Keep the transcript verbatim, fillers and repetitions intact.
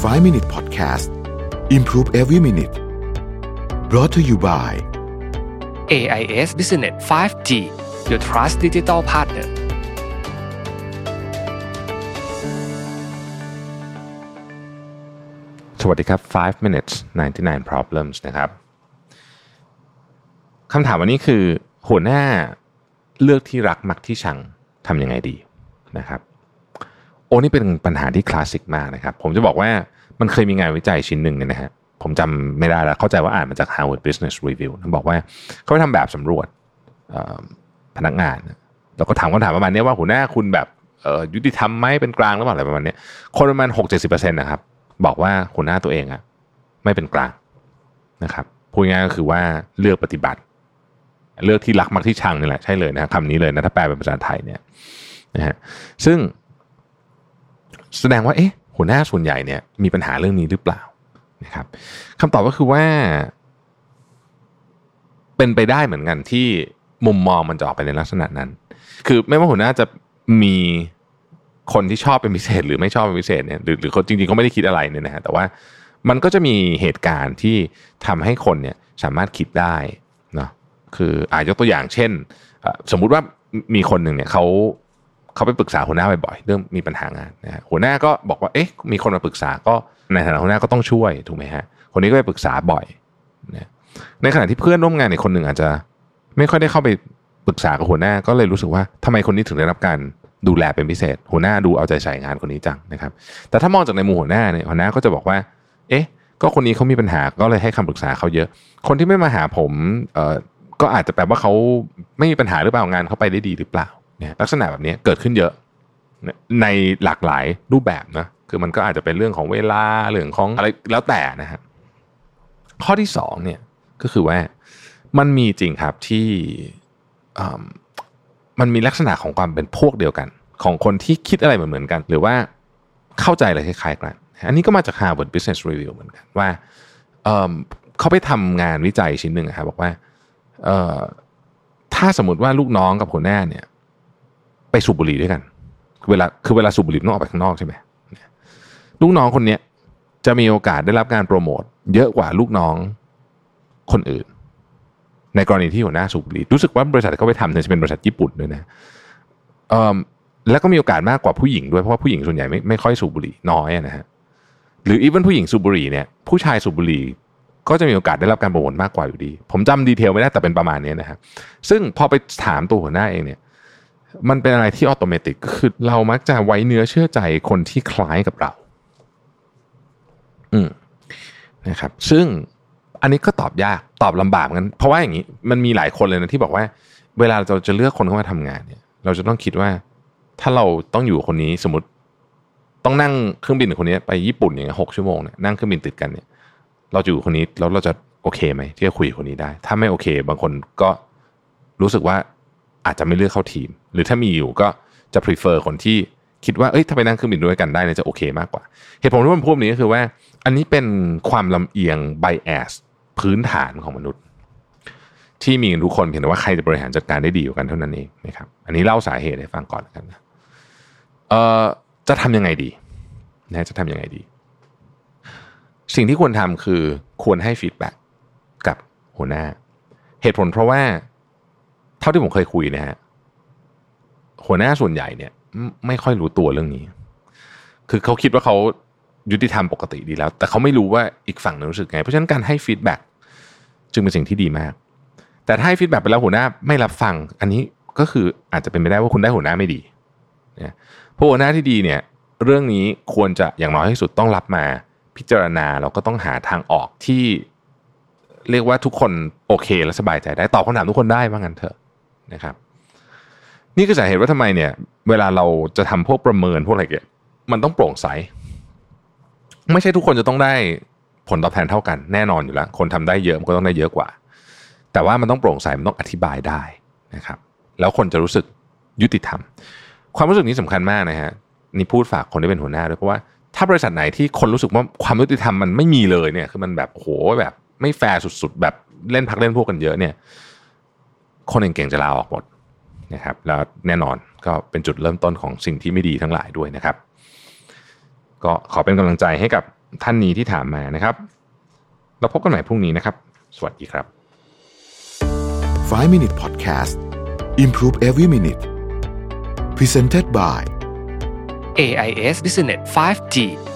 five minute podcast Improve every minute brought to you by เอ ไอ เอส Business ไฟว์ จี Your Trust Digital Partner สวัสดีครับfive minutes ninety-nine problems นะครับคำถามวันนี้คือหัวหน้าเลือกที่รักมักที่ชังทำยังไงดีนะครับโอ้นี่เป็นปัญหาที่คลาสสิกมากนะครับผมจะบอกว่ามันเคยมีงานวิจัยชิ้นหนึ่งเนี่ยนะฮะผมจำไม่ได้แล้วเข้าใจว่าอ่านมาจาก Harvard Business Review เขาบอกว่าเขาไปทำแบบสำรวจพนักงานแล้วก็ถามคำถามประมาณนี้ว่าหัวหน้าคุณแบบยุติธรรมไหมเป็นกลางหรือเปล่าอะไรประมาณนี้คนประมาณ หกถึงเจ็ดสิบเปอร์เซ็นต์ นะครับบอกว่าหัวหน้าตัวเองอะไม่เป็นกลางนะครับพูดง่ายก็คือว่าเลือกปฏิบัติเลือกที่รักมักที่ชังนี่แหละใช่เลยนะคำนี้เลยนะถ้าแปลเป็นภาษาไทยเนี่ยนะฮะซึ่งแสดงว่าเอ๊ะหัวหน้าส่วนใหญ่เนี่ยมีปัญหาเรื่องนี้หรือเปล่านะครับคำตอบก็คือว่าเป็นไปได้เหมือนกันที่มุมมองมันจะออกไปในลักษณะนั้นคือไม่ว่าหัวหน้าจะมีคนที่ชอบเป็นพิเศษหรือไม่ชอบเป็นพิเศษเนี่ยหรือหรือเขาจริงๆเขาไม่ได้คิดอะไรเนี่ยนะฮะแต่ว่ามันก็จะมีเหตุการณ์ที่ทำให้คนเนี่ยสามารถคิดได้เนาะคืออาจยกตัวอย่างเช่นสมมุติว่ามีคนหนึ่งเนี่ยเขาเขาไปปรึกษาหัวหน้าบ่อยๆเรื่องมีปัญหางานนะฮะหัวหน้าก็บอกว่าเอ๊ะมีคนมาปรึกษาก็ในฐานะหัวหน้าก็ต้องช่วยถูกไหมฮะคนนี้ก็ไปปรึกษาบ่อยนะในขณะที่เพื่อนร่วมงานอีกคนหนึ่งอาจจะไม่ค่อยได้เข้าไปปรึกษากับหัวหน้าก็เลยรู้สึกว่าทำไมคนนี้ถึงได้รับการดูแลเป็นพิเศษหัวหน้าดูเอาใจใส่งานคนนี้จังนะครับแต่ถ้ามองจากในมุมหัวหน้าเนี่ยหัวหน้าก็จะบอกว่าเอ๊ะก็คนนี้เขามีปัญหาก็เลยให้คำปรึกษาเขาเยอะคนที่ไม่มาหาผมเอ่อก็อาจจะแปลว่าเขาไม่มีปัญหาหรือเปล่างานเขาไปได้ดีหรือเปล่าเนี่ยลักษณะแบบนี้เกิดขึ้นเยอะในหลากหลายรูปแบบนะคือมันก็อาจจะเป็นเรื่องของเวลาเรื่องของอะไรแล้วแต่นะฮะข้อที่สองเนี่ยก็คือว่ามันมีจริงครับที่มันมีลักษณะของความเป็นพวกเดียวกันของคนที่คิดอะไรเหมือนๆกันหรือว่าเข้าใจอะไรคล้ายๆกันอันนี้ก็มาจาก Harvard Business Review เหมือนกันว่า เ, เขาไปทำงานวิจัยชิ้นหนึ่งครับบอกว่าถ้าสมมติว่าลูกน้องกับหัวหน้าเนี่ยไปสูบบุหรี่ด้วยกันเวลาคือเวลาสูบบุหรี่ต้องออกไปข้างนอกใช่ไหมลูกน้องคนนี้จะมีโอกาสได้รับการโปรโมทเยอะกว่าลูกน้องคนอื่นในกรณีที่หัวหน้าสูบบุหรี่รู้สึกว่าบริษัทที่เขาไปทำเนี่ยจะเป็นบริษัทญี่ปุ่นด้วยนะเอ่อแล้วก็มีโอกาสมากกว่าผู้หญิงด้วยเพราะว่าผู้หญิงส่วนใหญ่ไม่ไม่ค่อยสูบบุหรี่น้อยนะฮะหรืออีเวนผู้หญิงสูบบุหรี่เนี่ยผู้ชายสูบบุหรี่ก็จะมีโอกาสได้รับการโปรโมทมากกว่าอยู่ดีผมจำดีเทลไม่ได้แต่เป็นประมาณนี้นะฮะซึ่งพอไปถามตัวหัวหน้าเองเนี่ยมันเป็นอะไรที่ออโตเมติกก็คือเรามักจะไว้เนื้อเชื่อใจคนที่คล้ายกับเราอืมนะครับซึ่งอันนี้ก็ตอบยากตอบลำบากงั้นเพราะว่าอย่างนี้มันมีหลายคนเลยนะที่บอกว่าเวลาเราจะเลือกคนเข้ามาทำงานเนี่ยเราจะต้องคิดว่าถ้าเราต้องอยู่คนนี้สมมติต้องนั่งเครื่องบินกับคนนี้ไปญี่ปุ่นอย่างเงี้ยหกชั่วโมงเนี่ยนั่งเครื่องบินติดกันเนี่ยเราจะอยู่คนนี้แล้วเราจะโอเคไหมที่จะคุยกับคนนี้ได้ถ้าไม่โอเคบางคนก็รู้สึกว่าอาจจะไม่เลือกเข้าทีมหรือถ้ามีอยู่ก็จะ prefer คนที่คิดว่าเอ้ยถ้าไปนั่งเครื่องบินด้วยกันได้เนี่ยจะโอเคมากกว่าเหตุผลที่ผมพูดนี้ก็คือว่าอันนี้เป็นความลำเอียง bias พื้นฐานของมนุษย์ที่มีทุกคนเพียงแต่ว่าใครจะบริหารจัดการได้ดีกว่ากันเท่านั้นเองนะครับอันนี้เล่าสาเหตุให้ฟังก่อนกันนะเอ่อจะทำยังไงดีนะจะทำยังไงดีสิ่งที่ควรทำคือควรให้ฟีดแบ็กกับหัวหน้าเหตุผลเพราะว่าเท่าที่ผมเคยคุยนะฮะหัวหน้าส่วนใหญ่เนี่ยไม่ค่อยรู้ตัวเรื่องนี้คือเขาคิดว่าเขายุติธรรมปกติดีแล้วแต่เขาไม่รู้ว่าอีกฝั่งนึงรู้สึกไงเพราะฉะนั้นการให้ฟีดแบ็กจึงเป็นสิ่งที่ดีมากแต่ถ้าให้ฟีดแบ็กไปแล้วหัวหน้าไม่รับฟังอันนี้ก็คืออาจจะเป็นไปได้ว่าคุณได้หัวหน้าไม่ดีนะเพราะหัวหน้าที่ดีเนี่ยเรื่องนี้ควรจะอย่างน้อยที่สุดต้องรับมาพิจารณาแล้วก็ต้องหาทางออกที่เรียกว่าทุกคนโอเคและสบายใจได้ตอบคำถามทุกคนได้ว่างั้นเถอะนะครับนี่คือสาเหตุว่าทำไมเนี่ยเวลาเราจะทำพวกประเมินพวกอะไรเงี้ยมันต้องโปร่งใสไม่ใช่ทุกคนจะต้องได้ผลตอบแทนเท่ากันแน่นอนอยู่แล้วคนทำได้เยอะมันก็ต้องได้เยอะกว่าแต่ว่ามันต้องโปร่งใสมันต้องอธิบายได้นะครับแล้วคนจะรู้สึกยุติธรรมความรู้สึกนี้สำคัญมากนะฮะนี่พูดฝากคนที่เป็นหัวหน้าด้วยเพราะว่าถ้าบริษัทไหนที่คนรู้สึกว่าความยุติธรรมมันไม่มีเลยเนี่ยคือมันแบบโหแบบไม่แฟร์สุดๆแบบเล่นพักเล่นพวกกันเยอะเนี่ยคนเก่งๆจะลาออกหมดนะครับแล้วแน่นอนก็เป็นจุดเริ่มต้นของสิ่งที่ไม่ดีทั้งหลายด้วยนะครับก็ขอเป็นกำลังใจให้กับท่านนี้ที่ถามมานะครับเราพบกันใหม่พรุ่งนี้นะครับสวัสดีครับ five minute podcast Improve every minute Presented by เอ ไอ เอส Business ไฟว์ จี